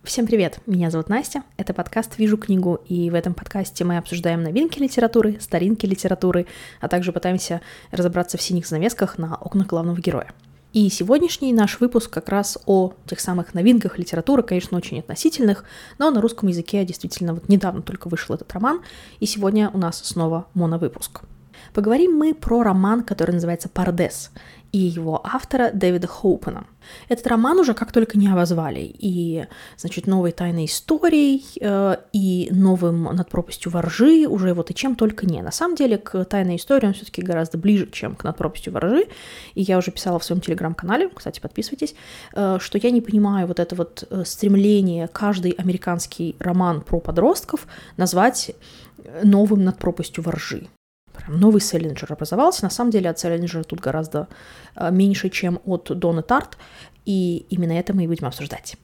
Всем привет, меня зовут Настя, это подкаст «Вижу книгу», и в этом подкасте мы обсуждаем новинки литературы, старинки литературы, а также пытаемся разобраться в синих занавесках на окнах главного героя. И сегодняшний наш выпуск как раз о тех самых новинках литературы, конечно, очень относительных, но на русском языке действительно вот недавно только вышел этот роман, и сегодня у нас снова моновыпуск. Поговорим мы про роман, который называется «Пардес», и его автора Дэвида Хоупена. Этот роман уже как только не обозвали, и, значит, новой тайной историей, и новым «Над пропастью воржи», уже вот и чем только не. На самом деле к тайной истории он все-таки гораздо ближе, чем к «Над пропастью воржи», и я уже писала в своем телеграм-канале, кстати, подписывайтесь, что я не понимаю вот это вот стремление каждый американский роман про подростков назвать новым «Над пропастью воржи». Новый Селлинджер образовался. На самом деле от Селлинджера тут гораздо меньше, чем от Донны Тарт, и именно это мы и будем обсуждать.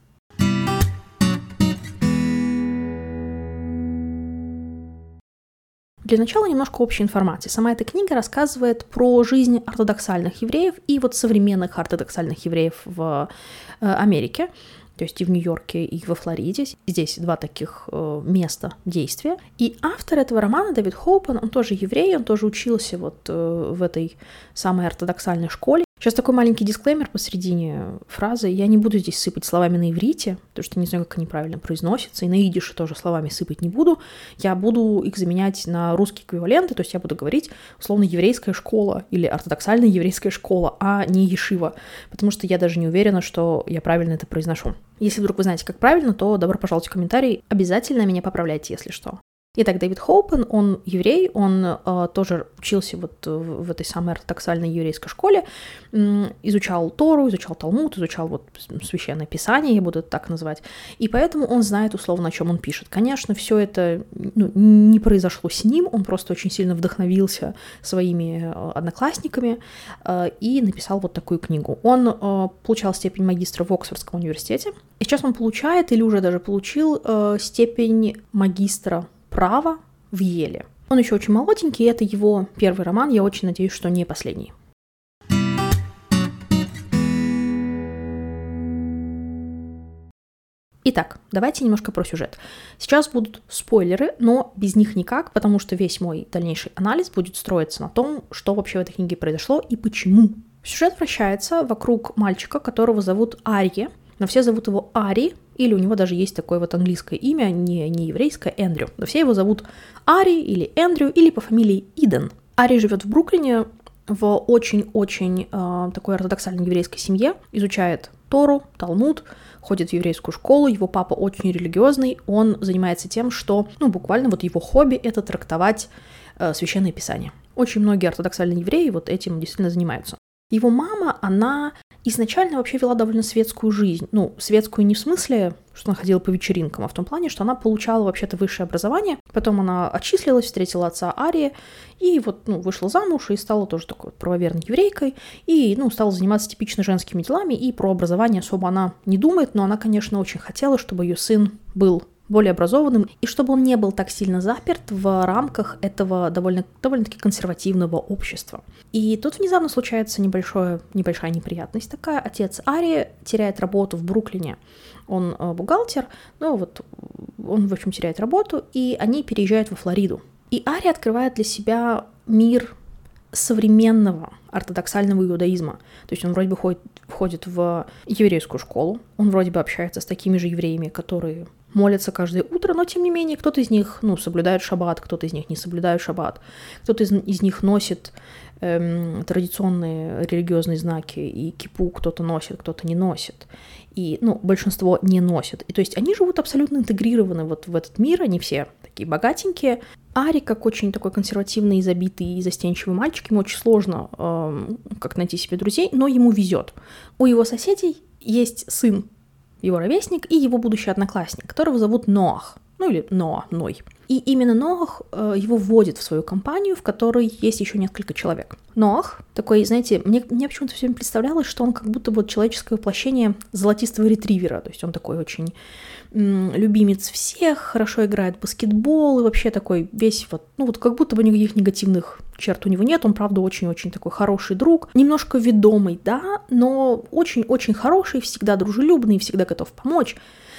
Для начала немножко общей информации. Сама эта книга рассказывает про жизнь ортодоксальных евреев и вот современных ортодоксальных евреев в Америке. То есть и в Нью-Йорке, и во Флориде. Здесь два таких места действия. И автор этого романа, Дэвид Хоупен, он тоже еврей, он тоже учился вот в этой самой ортодоксальной школе. Сейчас такой маленький дисклеймер посередине фразы. Я не буду здесь сыпать словами на иврите, потому что не знаю, как они правильно произносятся, и на идише тоже словами сыпать не буду. Я буду их заменять на русские эквиваленты, то есть я буду говорить, условно, еврейская школа или ортодоксальная еврейская школа, а не ешива, потому что я даже не уверена, что я правильно это произношу. Если вдруг вы знаете, как правильно, то добро пожаловать в комментарии. Обязательно меня поправляйте, если что. Итак, Дэвид Хоупен, он еврей, он тоже учился вот в этой самой ортодоксальной еврейской школе, изучал Тору, изучал Талмуд, изучал вот священное писание, я буду это так называть, и поэтому он знает условно, о чем он пишет. Конечно, все это не произошло с ним, он просто очень сильно вдохновился своими одноклассниками и написал вот такую книгу. Он получал степень магистра в Оксфордском университете, и сейчас он получает или уже даже получил степень магистра права в Йеле. Он еще очень молоденький, и это его первый роман, я очень надеюсь, что не последний. Итак, давайте немножко про сюжет. Сейчас будут спойлеры, но без них никак, потому что весь мой дальнейший анализ будет строиться на том, что вообще в этой книге произошло и почему. Сюжет вращается вокруг мальчика, которого зовут Арье, но все зовут его Ари, или у него даже есть такое вот английское имя, не еврейское, Эндрю. Но все его зовут Ари или Эндрю, или по фамилии Иден. Ари живет в Бруклине в очень-очень такой ортодоксальной еврейской семье, изучает Тору, Талмуд, ходит в еврейскую школу, его папа очень религиозный, он занимается тем, что, буквально вот его хобби — это трактовать священное писание. Очень многие ортодоксальные евреи вот этим действительно занимаются. Его мама, она изначально вообще вела довольно светскую жизнь. Светскую не в смысле, что она ходила по вечеринкам, а в том плане, что она получала вообще-то высшее образование. Потом она отчислилась, встретила отца Ария, и вышла замуж, и стала тоже такой правоверной еврейкой, и, стала заниматься типично женскими делами, и про образование особо она не думает, но она, конечно, очень хотела, чтобы ее сын был более образованным, и чтобы он не был так сильно заперт в рамках этого довольно-таки консервативного общества. И тут внезапно случается небольшая неприятность такая. Отец Ари теряет работу в Бруклине. Он бухгалтер, он, в общем, теряет работу, и они переезжают во Флориду. И Ари открывает для себя мир современного ортодоксального иудаизма. То есть он вроде бы входит в еврейскую школу, он вроде бы общается с такими же евреями, которые молятся каждое утро, но, тем не менее, кто-то из них, соблюдает шаббат, кто-то из них не соблюдает шаббат, кто-то из них носит традиционные религиозные знаки, и кипу кто-то носит, кто-то не носит, и, большинство не носит. И то есть они живут абсолютно интегрированы вот в этот мир, они все такие богатенькие. Ари, как очень такой консервативный, забитый и застенчивый мальчик, ему очень сложно как найти себе друзей, но ему везет. У его соседей есть сын, его ровесник и его будущий одноклассник, которого зовут Ноах, или Ной. И именно Ноах его вводит в свою компанию, в которой есть еще несколько человек. Ноах такой, знаете, мне почему-то все время представлялось, что он как будто бы человеческое воплощение золотистого ретривера, то есть он такой очень любимец всех, хорошо играет в баскетбол и вообще такой весь как будто бы никаких негативных черт у него нет, он, правда, очень-очень такой хороший друг, немножко ведомый, да, но очень-очень хороший, всегда дружелюбный, всегда готов помочь.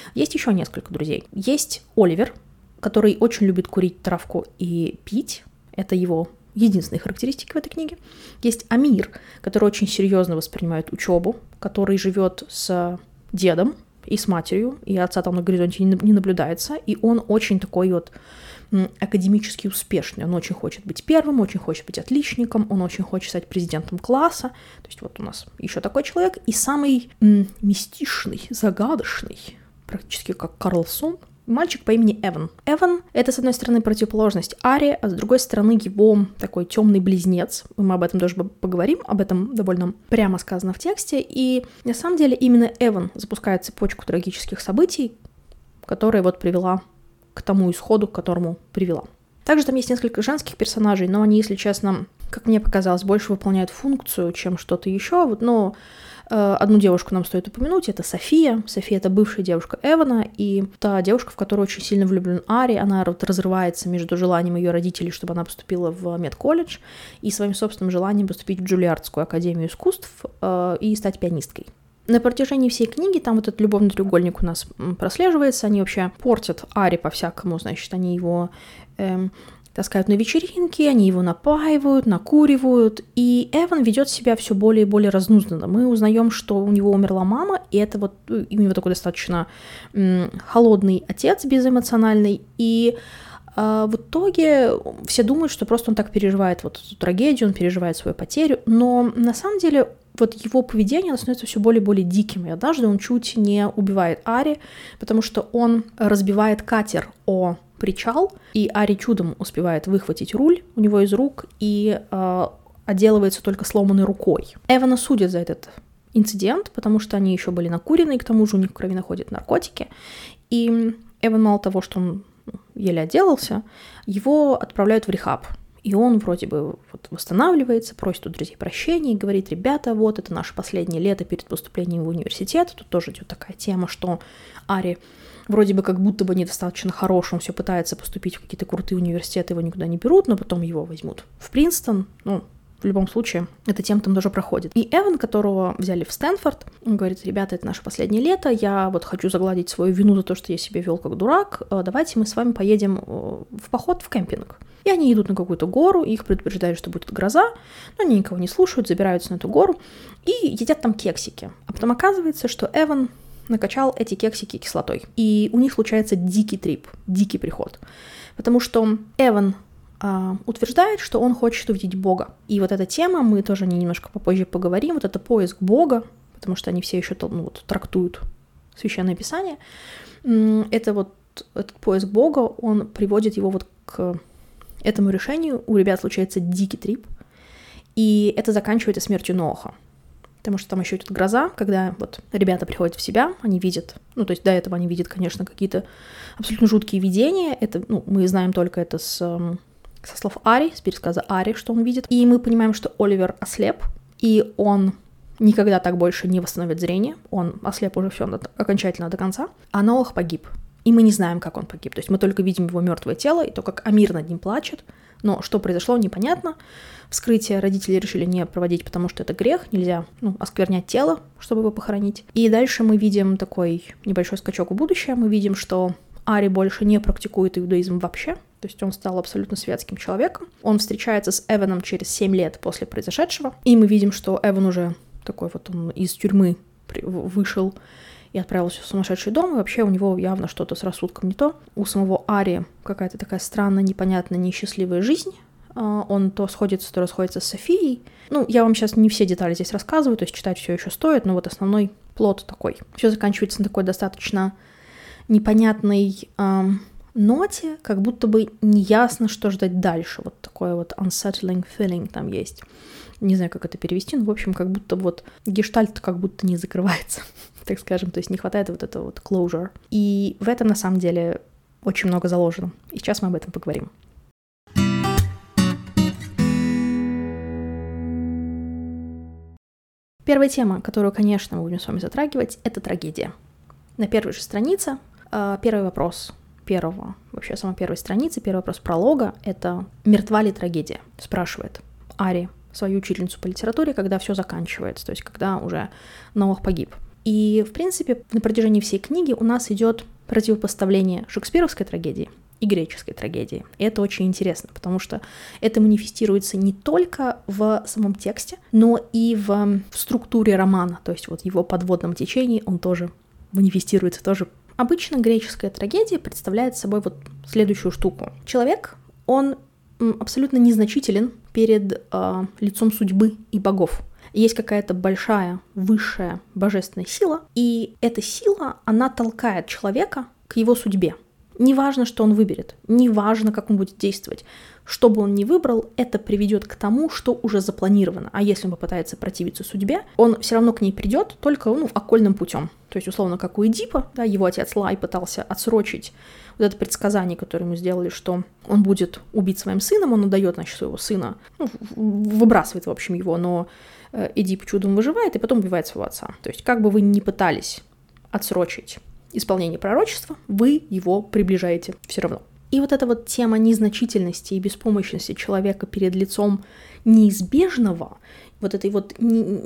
Есть еще несколько друзей. Есть Оливер, который очень любит курить травку и пить. Это его единственные характеристики в этой книге. Есть Амир, который очень серьезно воспринимает учебу, который живет с дедом и с матерью, и отца там на горизонте не наблюдается, и он очень такой вот академически успешный. Он очень хочет быть первым, очень хочет быть отличником, он очень хочет стать президентом класса. То есть вот у нас еще такой человек. И самый мистичный, загадочный, практически как Карлсон, мальчик по имени Эван. Эван — это, с одной стороны, противоположность Ари, а с другой стороны, его такой темный близнец. Мы об этом тоже поговорим, об этом довольно прямо сказано в тексте. И на самом деле именно Эван запускает цепочку трагических событий, которая вот привела к тому исходу, к которому привела. Также там есть несколько женских персонажей, но они, если честно, как мне показалось, больше выполняют функцию, чем что-то еще. Но одну девушку нам стоит упомянуть, это София. София — это бывшая девушка Эвана, и та девушка, в которую очень сильно влюблен Ари. Она разрывается между желанием ее родителей, чтобы она поступила в медколледж, и своим собственным желанием поступить в Джульярдскую академию искусств и стать пианисткой. На протяжении всей книги там вот этот любовный треугольник у нас прослеживается, они вообще портят Ари по-всякому, значит, они его таскают на вечеринки, они его напаивают, накуривают, и Эван ведет себя все более и более разнузданно. Мы узнаем, что у него умерла мама, и это вот и у него такой достаточно холодный отец, безэмоциональный, и в итоге все думают, что просто он так переживает вот эту трагедию, он переживает свою потерю, но на самом деле вот его поведение становится все более и более диким, и однажды он чуть не убивает Ари, потому что он разбивает катер о причал, и Ари чудом успевает выхватить руль у него из рук и отделывается только сломанной рукой. Эвана судят за этот инцидент, потому что они еще были накурены, и к тому же у них в крови находят наркотики, и Эван мало того, что он еле отделался, его отправляют в рехаб. И он вроде бы вот восстанавливается, просит у друзей прощения и говорит: ребята, вот это наше последнее лето перед поступлением в университет. Тут тоже идет такая тема, что Ари вроде бы как будто бы недостаточно хорош, он все пытается поступить в какие-то крутые университеты, его никуда не берут, но потом его возьмут в Принстон. В любом случае, эта тема там тоже проходит. И Эван, которого взяли в Стэнфорд, он говорит: ребята, это наше последнее лето, я вот хочу загладить свою вину за то, что я себя вел как дурак, давайте мы с вами поедем в поход в кемпинг. И они идут на какую-то гору, их предупреждают, что будет гроза, но они никого не слушают, забираются на эту гору и едят там кексики. А потом оказывается, что Эван накачал эти кексики кислотой. И у них случается дикий трип, дикий приход. Потому что Эван утверждает, что он хочет увидеть Бога. И вот эта тема, мы тоже немножко попозже поговорим, вот это поиск Бога, потому что они все еще трактуют Священное Писание. Это вот этот поиск Бога, он приводит его вот к этому решению. У ребят случается дикий трип, и это заканчивается смертью Ноаха. Потому что там еще идет гроза, когда вот ребята приходят в себя, они видят, то есть до этого они видят, конечно, какие-то абсолютно жуткие видения. Это, мы знаем только это со слов Ари, с пересказа Ари, что он видит. И мы понимаем, что Оливер ослеп, и он никогда так больше не восстановит зрение. Он ослеп уже все окончательно до конца. А Ноах погиб. И мы не знаем, как он погиб. То есть мы только видим его мертвое тело и то, как Амир над ним плачет. Но что произошло, непонятно. Вскрытие родители решили не проводить, потому что это грех. Нельзя осквернять тело, чтобы его похоронить. И дальше мы видим такой небольшой скачок в будущее. Мы видим, что Ари больше не практикует иудаизм вообще. То есть он стал абсолютно светским человеком. Он встречается с Эваном через 7 лет после произошедшего. И мы видим, что Эван уже такой вот, он из тюрьмы вышел и отправился в сумасшедший дом, и вообще у него явно что-то с рассудком не то. У самого Ари какая-то такая странная, непонятная, несчастливая жизнь. Он то сходится, то расходится с Софией. Я вам сейчас не все детали здесь рассказываю, то есть читать все еще стоит, но вот основной плот такой. Все заканчивается на такой достаточно непонятной ноте, как будто бы неясно, что ждать дальше. Вот такой вот unsettling feeling там есть. Не знаю, как это перевести, но, в общем, как будто вот гештальт как будто не закрывается, так скажем, то есть не хватает вот этого вот closure. И в этом, на самом деле, очень много заложено. И сейчас мы об этом поговорим. Первая тема, которую, конечно, мы будем с вами затрагивать, это трагедия. На первой же странице первый вопрос самой первой страницы, первый вопрос пролога — это «Мертва ли трагедия?» спрашивает Ари свою учительницу по литературе, когда все заканчивается, то есть когда уже Ноах погиб. И, в принципе, на протяжении всей книги у нас идет противопоставление шекспировской трагедии и греческой трагедии. И это очень интересно, потому что это манифестируется не только в самом тексте, но и в структуре романа, то есть вот в его подводном течении он тоже манифестируется тоже. Обычно греческая трагедия представляет собой вот следующую штуку. Человек, он абсолютно незначителен перед лицом судьбы и богов. Есть какая-то большая, высшая божественная сила, и эта сила, она толкает человека к его судьбе. Неважно, что он выберет, неважно, как он будет действовать. Что бы он ни выбрал, это приведет к тому, что уже запланировано. А если он попытается противиться судьбе, он все равно к ней придет, только окольным путем. То есть, условно, как у Эдипа, да, его отец Лай пытался отсрочить вот это предсказание, которое ему сделали, что он будет убить своим сыном, он отдает, значит, своего сына, выбрасывает, в общем, его, но Эдип чудом выживает и потом убивает своего отца. То есть, как бы вы ни пытались отсрочить исполнение пророчества, вы его приближаете все равно. И вот эта вот тема незначительности и беспомощности человека перед лицом неизбежного, вот этой вот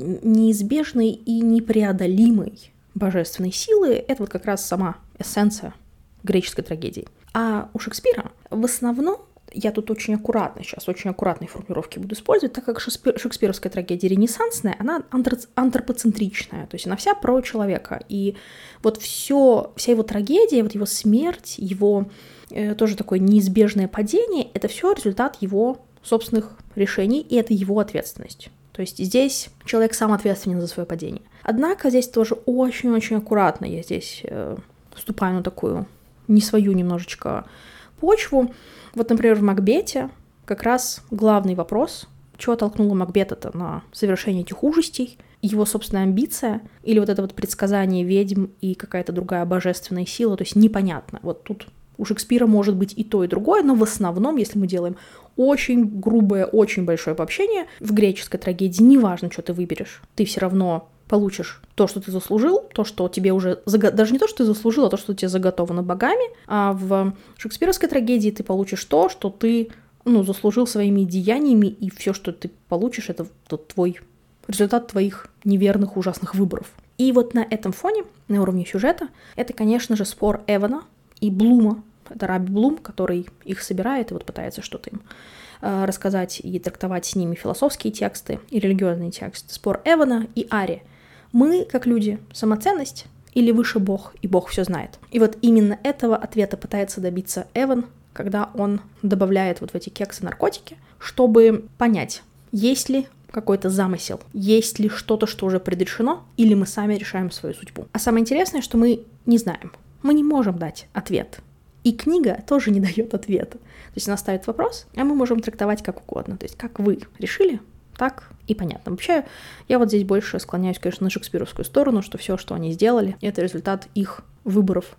неизбежной и непреодолимой божественной силы, это вот как раз сама эссенция греческой трагедии. А у Шекспира в основном, я тут очень аккуратные формулировки буду использовать, так как шекспировская трагедия ренессансная, она антропоцентричная, то есть она вся про человека. И вот вся его трагедия, вот его смерть, его тоже такое неизбежное падение, это все результат его собственных решений, и это его ответственность. То есть здесь человек сам ответственен за свое падение. Однако здесь тоже очень-очень аккуратно я здесь ступаю на такую не свою немножечко почву. Вот, например, в Макбете как раз главный вопрос, чего толкнуло Макбета-то на совершение этих ужастей, его собственная амбиция или вот это вот предсказание ведьм и какая-то другая божественная сила, то есть непонятно. Вот тут у Шекспира может быть и то, и другое, но в основном, если мы делаем очень грубое, очень большое обобщение, в греческой трагедии неважно, что ты выберешь, ты все равно получишь то, что ты заслужил, то, что тебе уже... Даже не то, что ты заслужил, а то, что тебе заготовано богами. А в шекспировской трагедии ты получишь то, что ты заслужил своими деяниями, и все, что ты получишь, это твой результат твоих неверных, ужасных выборов. И вот на этом фоне, на уровне сюжета, это, конечно же, спор Эвана и Блума. Это Раби Блум, который их собирает и вот пытается что-то им рассказать и трактовать с ними философские тексты и религиозные тексты. Спор Эвана и Ари. Мы, как люди, самоценность или выше Бог, и Бог все знает? И вот именно этого ответа пытается добиться Эван, когда он добавляет вот в эти кексы наркотики, чтобы понять, есть ли какой-то замысел, есть ли что-то, что уже предрешено, или мы сами решаем свою судьбу. А самое интересное, что мы не знаем. Мы не можем дать ответ. И книга тоже не дает ответа. То есть она ставит вопрос, а мы можем трактовать как угодно. То есть как вы решили, так и понятно. Вообще, я вот здесь больше склоняюсь, конечно, на шекспировскую сторону, что все, что они сделали, это результат их выборов.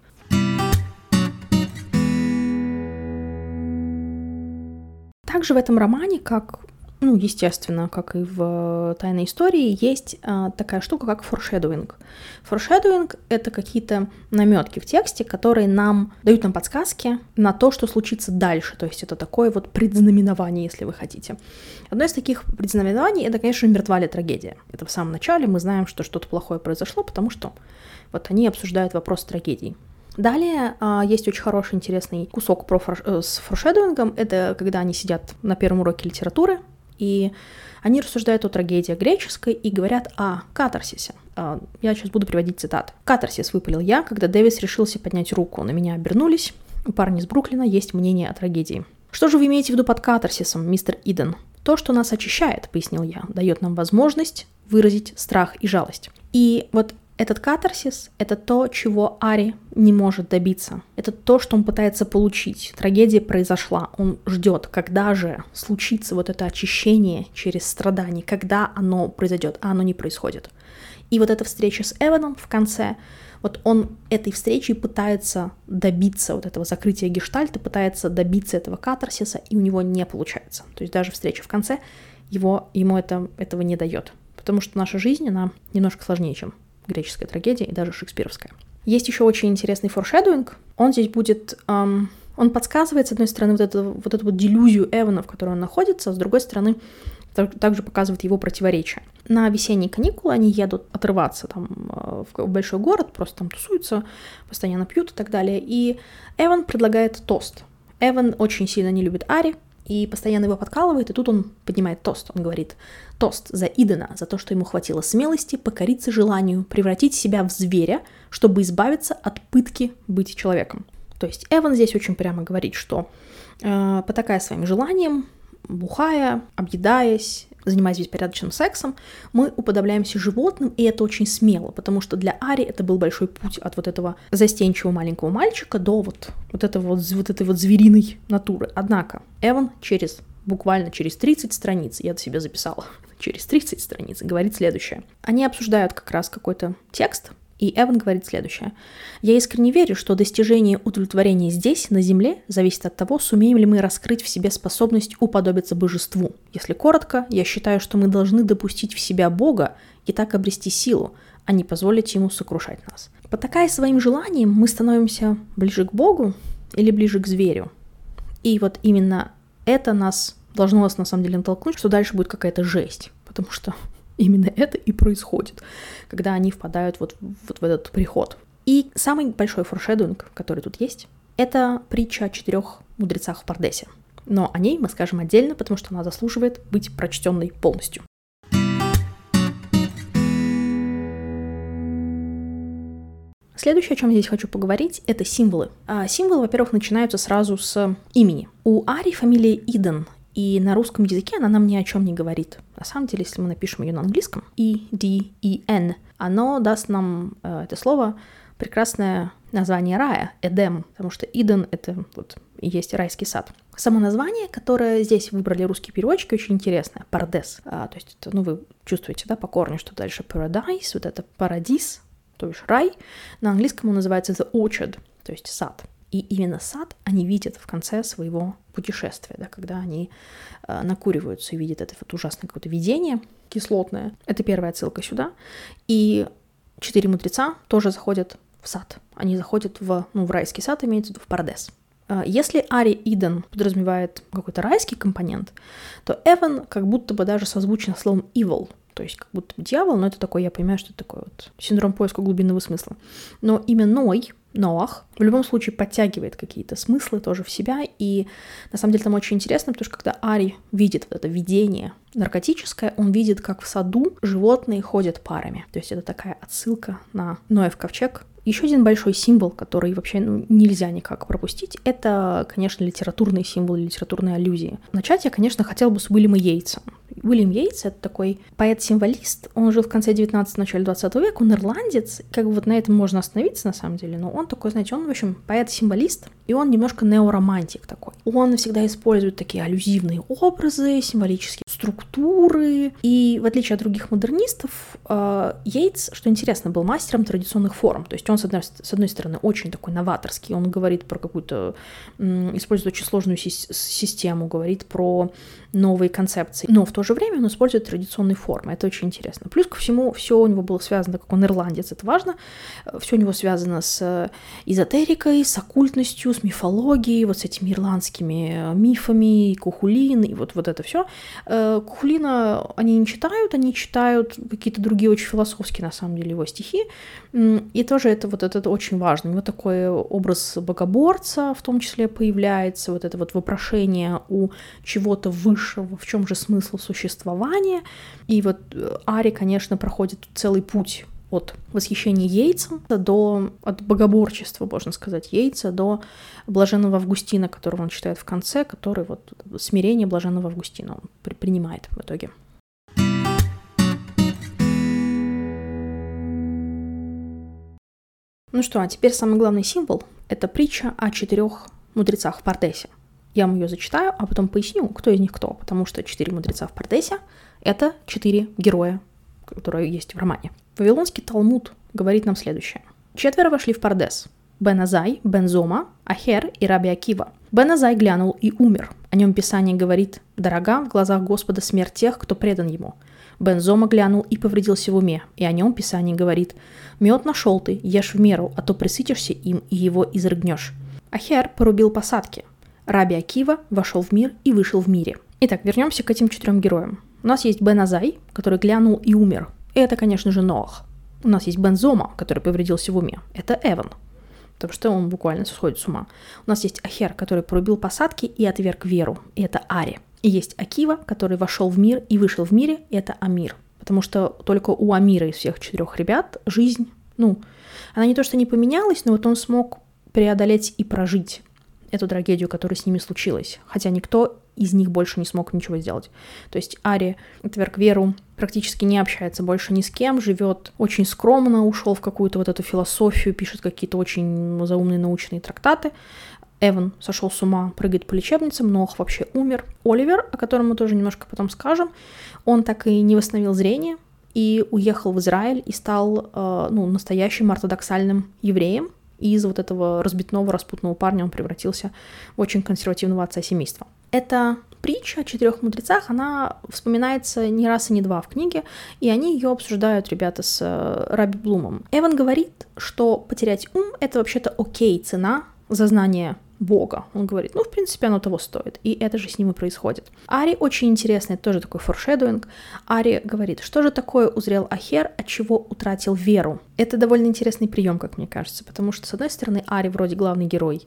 Также в этом романе, как, естественно, как и в «Тайной истории», есть такая штука, как форшедоуинг. Форшедоуинг — это какие-то намётки в тексте, которые дают нам подсказки на то, что случится дальше. То есть это такое вот предзнаменование, если вы хотите. Одно из таких предзнаменований — это, конечно, «Мертва ли трагедия». Это в самом начале мы знаем, что что-то плохое произошло, потому что вот они обсуждают вопрос трагедии. Далее есть очень хороший, интересный кусок с форшедоуингом. Это когда они сидят на первом уроке литературы, и они рассуждают о трагедии греческой и говорят о катарсисе. Я сейчас буду приводить цитаты. «Катарсис, выпалил я, когда Дэвис решился поднять руку. На меня обернулись. У парня из Бруклина есть мнение о трагедии». «Что же вы имеете в виду под катарсисом, мистер Иден?» «То, что нас очищает», — пояснил я, «дает нам возможность выразить страх и жалость». И вот этот катарсис — это то, чего Ари не может добиться. Это то, что он пытается получить. Трагедия произошла. Он ждет, когда же случится вот это очищение через страдания, когда оно произойдет, а оно не происходит. И вот эта встреча с Эваном в конце, вот он этой встречей пытается добиться вот этого закрытия гештальта, пытается добиться этого катарсиса, и у него не получается. То есть даже встреча в конце ему этого не дает. Потому что наша жизнь, она немножко сложнее, чем греческая трагедия и даже шекспировская. Есть еще очень интересный форшедоуинг. Он здесь будет... он подсказывает, с одной стороны, вот эту делюзию Эвана, в которой он находится, с другой стороны, также показывает его противоречия. На весенние каникулы они едут отрываться там в большой город, просто там тусуются, постоянно пьют и так далее. И Эван предлагает тост. Эван очень сильно не любит Ари и постоянно его подкалывает, и тут он поднимает тост. Он говорит: тост за Идена, за то, что ему хватило смелости покориться желанию превратить себя в зверя, чтобы избавиться от пытки быть человеком. То есть Эван здесь очень прямо говорит, что потакая своим желанием, бухая, объедаясь, занимаясь беспорядочным сексом, мы уподобляемся животным, и это очень смело, потому что для Ари это был большой путь от вот этого застенчивого маленького мальчика до вот этой вот звериной натуры. Однако Эван буквально через 30 страниц, я это себе записала, через 30 страниц, говорит следующее. Они обсуждают как раз какой-то текст, и Эван говорит следующее. «Я искренне верю, что достижение удовлетворения здесь, на земле, зависит от того, сумеем ли мы раскрыть в себе способность уподобиться божеству. Если коротко, я считаю, что мы должны допустить в себя Бога и так обрести силу, а не позволить ему сокрушать нас. Потакая своим желанием, мы становимся ближе к Богу или ближе к зверю. И вот именно это должно нас на самом деле натолкнуть, что дальше будет какая-то жесть, потому что именно это и происходит, когда они впадают вот в этот приход. И самый большой форшедоинг, который тут есть, это притча о 4 мудрецах в Пардесе. Но о ней мы скажем отдельно, потому что она заслуживает быть прочтенной полностью. Следующее, о чем я здесь хочу поговорить, это символы. Символы, во-первых, начинаются сразу с имени. У Ари фамилия Иден, и на русском языке она нам ни о чем не говорит. На самом деле, если мы напишем ее на английском, E-D-E-N, оно даст нам это слово прекрасное название рая, Эдем, потому что Иден — это вот и есть райский сад. Само название, которое здесь выбрали русские переводчики, очень интересное, Пардес. То есть это, вы чувствуете, да, по корню, что дальше Paradise, вот это парадис, то есть рай. На английском он называется The Orchard, то есть сад. И именно сад они видят в конце своего путешествия, да, когда они накуриваются и видят это вот ужасное какое-то видение кислотное. Это первая отсылка сюда. И 4 мудреца тоже заходят в сад. Они заходят в райский сад, имеется в виду в Пардес. Если Ари Иден подразумевает какой-то райский компонент, то Эван как будто бы даже созвучен словом evil, то есть как будто бы дьявол, но это такой, я понимаю, что это такой вот синдром поиска глубинного смысла. Но имя Ноах в любом случае подтягивает какие-то смыслы тоже в себя, и на самом деле там очень интересно, потому что когда Ари видит вот это видение наркотическое, он видит, как в саду животные ходят парами, то есть это такая отсылка на Ноев ковчег. Еще один большой символ, который вообще нельзя никак пропустить, это, конечно, литературный символ, литературные аллюзии. Начать я, конечно, хотела бы с Уильяма Йейтса. Уильям Йейтс — это такой поэт-символист, он жил в конце 19-го, начале 20 века, он ирландец, как бы вот на этом можно остановиться на самом деле, но он такой, знаете, он, в общем, поэт-символист, и он немножко неоромантик такой. Он всегда использует такие аллюзивные образы, символические структуры, и в отличие от других модернистов, Йейтс, что интересно, был мастером традиционных форм, то есть он, с одной стороны, очень такой новаторский, он говорит про какую-то, использует очень сложную систему, говорит про новые концепции, но в то же время он использует традиционные формы, это очень интересно. Плюс ко всему, все у него было связано, как он ирландец, это важно, все у него связано с эзотерикой, с оккультностью, с мифологией, вот с этими ирландскими мифами, Кухулин, и вот это все. Кухулина они не читают, они читают какие-то другие очень философские, на самом деле, его стихи, и тоже это очень важно. У него такой образ богоборца в том числе появляется, вот это вот вопрошение у чего-то высшего, в чем же смысл существования. И вот Ари, конечно, проходит целый путь от восхищения Йейтсом от богоборчества, можно сказать, Йейтса, до блаженного Августина, которого он читает в конце, который вот смирение блаженного Августина он принимает в итоге. Ну что, а теперь самый главный символ — это притча о 4 мудрецах в Пардесе. Я вам ее зачитаю, а потом поясню, кто из них кто, потому что 4 мудреца в Пардесе — это 4 героя, которые есть в романе. Вавилонский Талмуд говорит нам следующее. 4 вошли в Пардес. Бен Азай, Бен Зома, Ахер и Раби Акива. Бен Азай глянул и умер. О нем Писание говорит: «Дорога в глазах Господа смерть тех, кто предан ему». Бен Зома глянул и повредился в уме, и о нем Писание говорит: «Мед нашел ты, ешь в меру, а то пресытишься им и его изрыгнешь». Ахер порубил посадки. Раби Акива вошел в мир и вышел в мире. Итак, вернемся к этим 4 героям. У нас есть Бен Азай, который глянул и умер. И это, конечно же, Ноах. У нас есть Бен Зома, который повредился в уме. Это Эван, потому что он буквально сходит с ума. У нас есть Ахер, который порубил посадки и отверг веру. И это Ари. И есть Акива, который вошел в мир и вышел в мире. И это Амир. Потому что только у Амира из всех 4 ребят жизнь, она не то что не поменялась, но вот он смог преодолеть и прожить эту трагедию, которая с ними случилась. Хотя никто из них больше не смог ничего сделать. То есть Ари отверг веру, практически не общается больше ни с кем, живет очень скромно, ушел в какую-то вот эту философию, пишет какие-то очень заумные научные трактаты. Эван сошел с ума, прыгает по лечебницам, Ноах вообще умер. Оливер, о котором мы тоже немножко потом скажем, он так и не восстановил зрение и уехал в Израиль и стал настоящим ортодоксальным евреем. И из вот этого разбитного, распутного парня он превратился в очень консервативного отца семейства. Эта притча о 4 мудрецах, она вспоминается не раз и не два в книге, и они ее обсуждают, ребята, с Раби Блумом. Эван говорит, что потерять ум — это вообще-то окей цена за знание Бога. Он говорит, в принципе, оно того стоит. И это же с ним и происходит. Ари очень интересный, это тоже такой форшедуинг. Ари говорит, что же такое узрел Ахер, от чего утратил веру. Это довольно интересный прием, как мне кажется, потому что, с одной стороны, Ари вроде главный герой,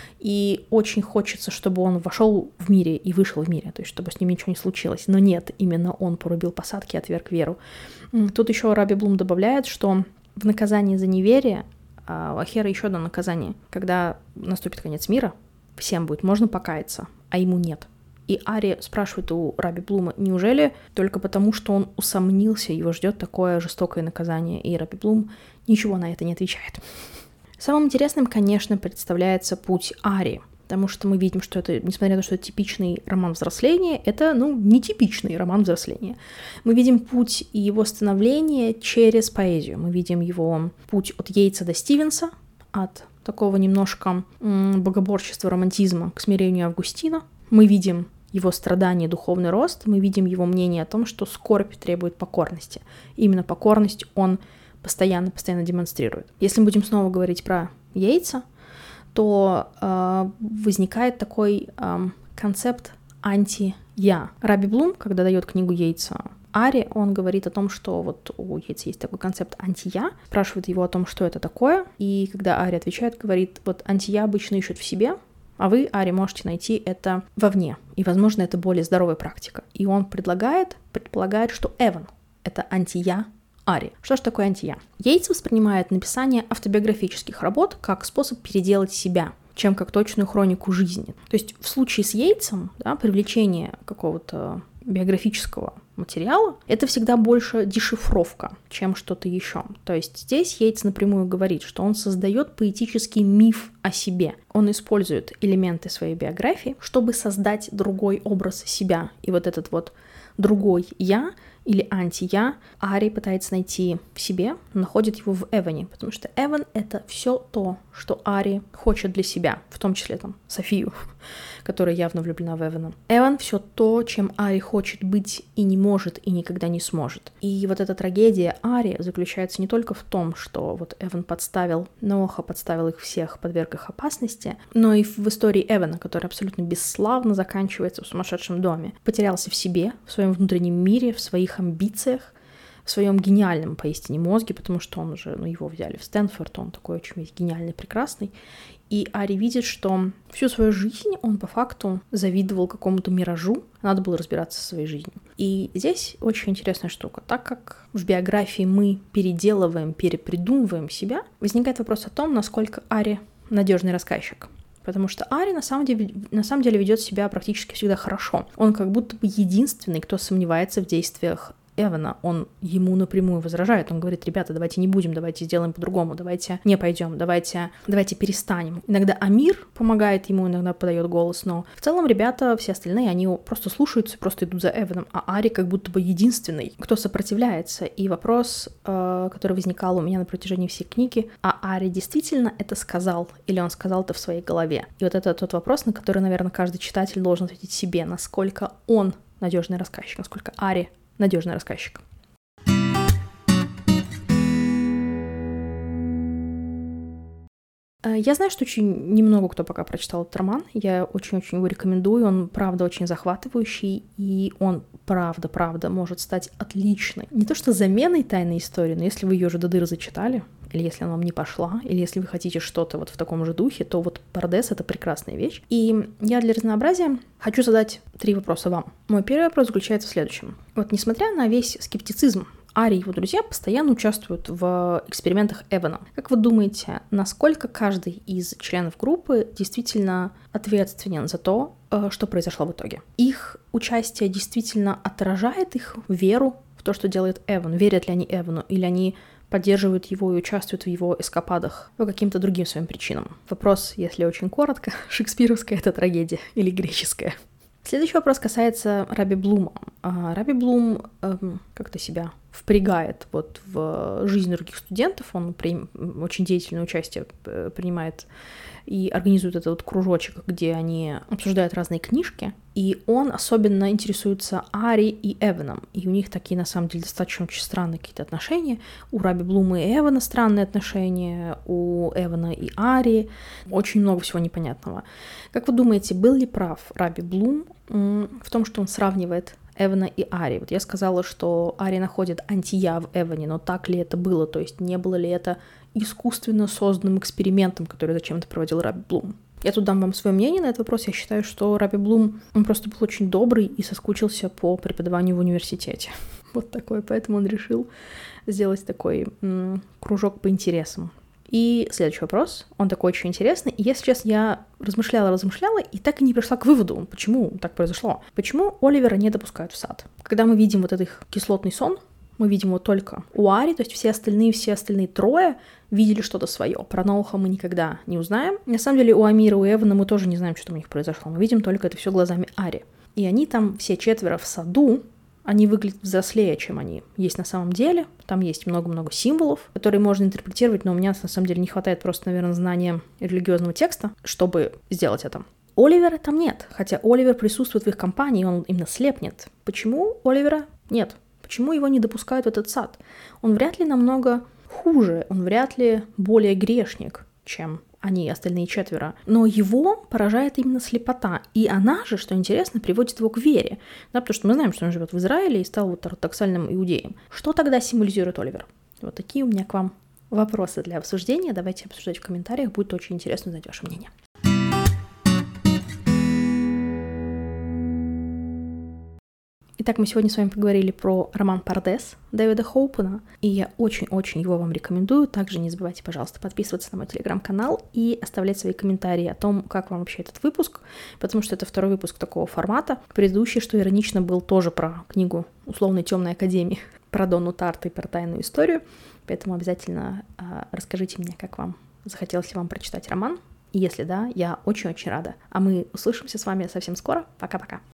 и очень хочется, чтобы он вошел в мире и вышел в мире, то есть чтобы с ним ничего не случилось. Но нет, именно он порубил посадки и отверг веру. Тут еще Раби Блум добавляет, что в наказании за неверие у Ахера еще одно наказание. Когда наступит конец мира, всем будет можно покаяться, а ему нет. И Ари спрашивает у Раби Блума, неужели только потому, что он усомнился, его ждет такое жестокое наказание? И Раби Блум ничего на это не отвечает. Самым интересным, конечно, представляется путь Ари, потому что мы видим, что это, несмотря на то, что это типичный роман взросления, это, нетипичный роман взросления. Мы видим путь его становления через поэзию. Мы видим его путь от Йейтса до Стивенса, от такого немножко богоборчества, романтизма к смирению Августина. Мы видим его страдания, духовный рост, мы видим его мнение о том, что скорбь требует покорности. Именно покорность он постоянно демонстрирует. Если мы будем снова говорить про Йейтса, то возникает такой концепт анти-я. Раби Блум, когда дает книгу Йейтса Ари, он говорит о том, что вот у Йейтса есть такой концепт анти-я, спрашивает его о том, что это такое, и когда Ари отвечает, говорит, вот анти-я обычно ищут в себе, а вы, Ари, можете найти это вовне, и, возможно, это более здоровая практика. И он предполагает, что Эван — это анти-я Ари. Что же такое анти-я? Йейтс воспринимает написание автобиографических работ как способ переделать себя, чем как точную хронику жизни. То есть в случае с Йейтсом, привлечение какого-то биографического материала — это всегда больше дешифровка, чем что-то еще. То есть здесь Йейтс напрямую говорит, что он создает поэтический миф о себе. Он использует элементы своей биографии, чтобы создать другой образ себя. И вот этот вот другой «я» или анти-я Ари пытается найти в себе, находит его в Эване, потому что Эван — это все то, что Ари хочет для себя, в том числе Софию, которая явно влюблена в Эвана. Эван — все то, чем Ари хочет быть и не может, и никогда не сможет. И вот эта трагедия Ари заключается не только в том, что вот Эван подставил Ноаха, подставил их всех, подверг их опасности, но и в истории Эвана, которая абсолютно бесславно заканчивается в сумасшедшем доме. Потерялся в себе, в своем внутреннем мире, в своих амбициях, в своем гениальном поистине мозге, потому что он уже, его взяли в Стэнфорд, он такой очень весь гениальный, прекрасный. И Ари видит, что всю свою жизнь он по факту завидовал какому-то миражу, надо было разбираться со своей жизнью. И здесь очень интересная штука. Так как в биографии мы переделываем, перепридумываем себя, возникает вопрос о том, насколько Ари надежный рассказчик. Потому что Ари на самом деле ведет себя практически всегда хорошо. Он как будто бы единственный, кто сомневается в действиях Эвана. Он ему напрямую возражает. Он говорит: ребята, давайте не будем, давайте сделаем по-другому, давайте не пойдем, давайте перестанем. Иногда Амир помогает ему, иногда подает голос, но в целом ребята, все остальные, они просто слушаются, просто идут за Эваном, а Ари как будто бы единственный, кто сопротивляется. И вопрос, который возникал у меня на протяжении всей книги: а Ари действительно это сказал, или он сказал это в своей голове? И вот это тот вопрос, на который, наверное, каждый читатель должен ответить себе, насколько он надежный рассказчик, насколько Ари надежный рассказчик. Я знаю, что очень немного кто пока прочитал этот роман. Я очень-очень его рекомендую. Он, правда, очень захватывающий, и он, правда, может стать отличной. Не то что заменой тайной истории, но если вы ее уже до дыр зачитали, или если она вам не пошла, или если вы хотите что-то вот в таком же духе, то вот Пардес — это прекрасная вещь. И я для разнообразия хочу задать 3 вопроса вам. Мой первый вопрос заключается в следующем. Вот несмотря на весь скептицизм, Ари и его друзья постоянно участвуют в экспериментах Эвана. Как вы думаете, насколько каждый из членов группы действительно ответственен за то, что произошло в итоге? Их участие действительно отражает их веру в то, что делает Эван? Верят ли они Эвану, или они поддерживают его и участвуют в его эскападах по каким-то другим своим причинам? Вопрос, если очень коротко, шекспировская это трагедия или греческая? Следующий вопрос касается Раби Блума. Раби Блум как-то себя впрягает вот в жизнь других студентов, он очень деятельное участие принимает и организует этот вот кружочек, где они обсуждают разные книжки, и он особенно интересуется Ари и Эваном, и у них такие, на самом деле, достаточно очень странные какие-то отношения. У Раби Блума и Эвана странные отношения, у Эвана и Ари, очень много всего непонятного. Как вы думаете, был ли прав Раби Блум в том, что он сравнивает Эвана и Ари? Вот я сказала, что Ари находит антия в Эване, но так ли это было? То есть не было ли это искусственно созданным экспериментом, который зачем-то проводил Раби Блум? Я тут дам вам свое мнение на этот вопрос. Я считаю, что Раби Блум, он просто был очень добрый и соскучился по преподаванию в университете. Вот такое. Поэтому он решил сделать такой кружок по интересам. И следующий вопрос, он такой очень интересный. И если честно, я размышляла, и так и не пришла к выводу, почему так произошло. Почему Оливера не допускают в сад? Когда мы видим вот этот их кислотный сон, мы видим его только у Ари, то есть все остальные 3 видели что-то свое. Про Ноуха мы никогда не узнаем. На самом деле у Амира, у Эвана мы тоже не знаем, что там у них произошло. Мы видим только это все глазами Ари. И они там все 4 в саду, они выглядят взрослее, чем они есть на самом деле. Там есть много-много символов, которые можно интерпретировать, но у меня на самом деле не хватает просто, наверное, знания религиозного текста, чтобы сделать это. Оливера там нет, хотя Оливер присутствует в их компании, он именно слепнет. Почему Оливера нет? Почему его не допускают в этот сад? Он вряд ли намного хуже, он вряд ли более грешник, чем они, остальные 4. Но его поражает именно слепота. И она же, что интересно, приводит его к вере. Да, потому что мы знаем, что он живет в Израиле и стал вот ортодоксальным иудеем. Что тогда символизирует Оливер? Вот такие у меня к вам вопросы для обсуждения. Давайте обсуждать в комментариях. Будет очень интересно узнать ваше мнение. Итак, мы сегодня с вами поговорили про роман «Пардес» Дэвида Хоупена, и я очень-очень его вам рекомендую. Также не забывайте, пожалуйста, подписываться на мой телеграм-канал и оставлять свои комментарии о том, как вам вообще этот выпуск, потому что это 2-й выпуск такого формата. Предыдущий, что иронично, был тоже про книгу условной «Темной академии», про Донну Тарт и про тайную историю, поэтому обязательно расскажите мне, как вам, захотелось ли вам прочитать роман, и если да, я очень-очень рада. А мы услышимся с вами совсем скоро. Пока-пока.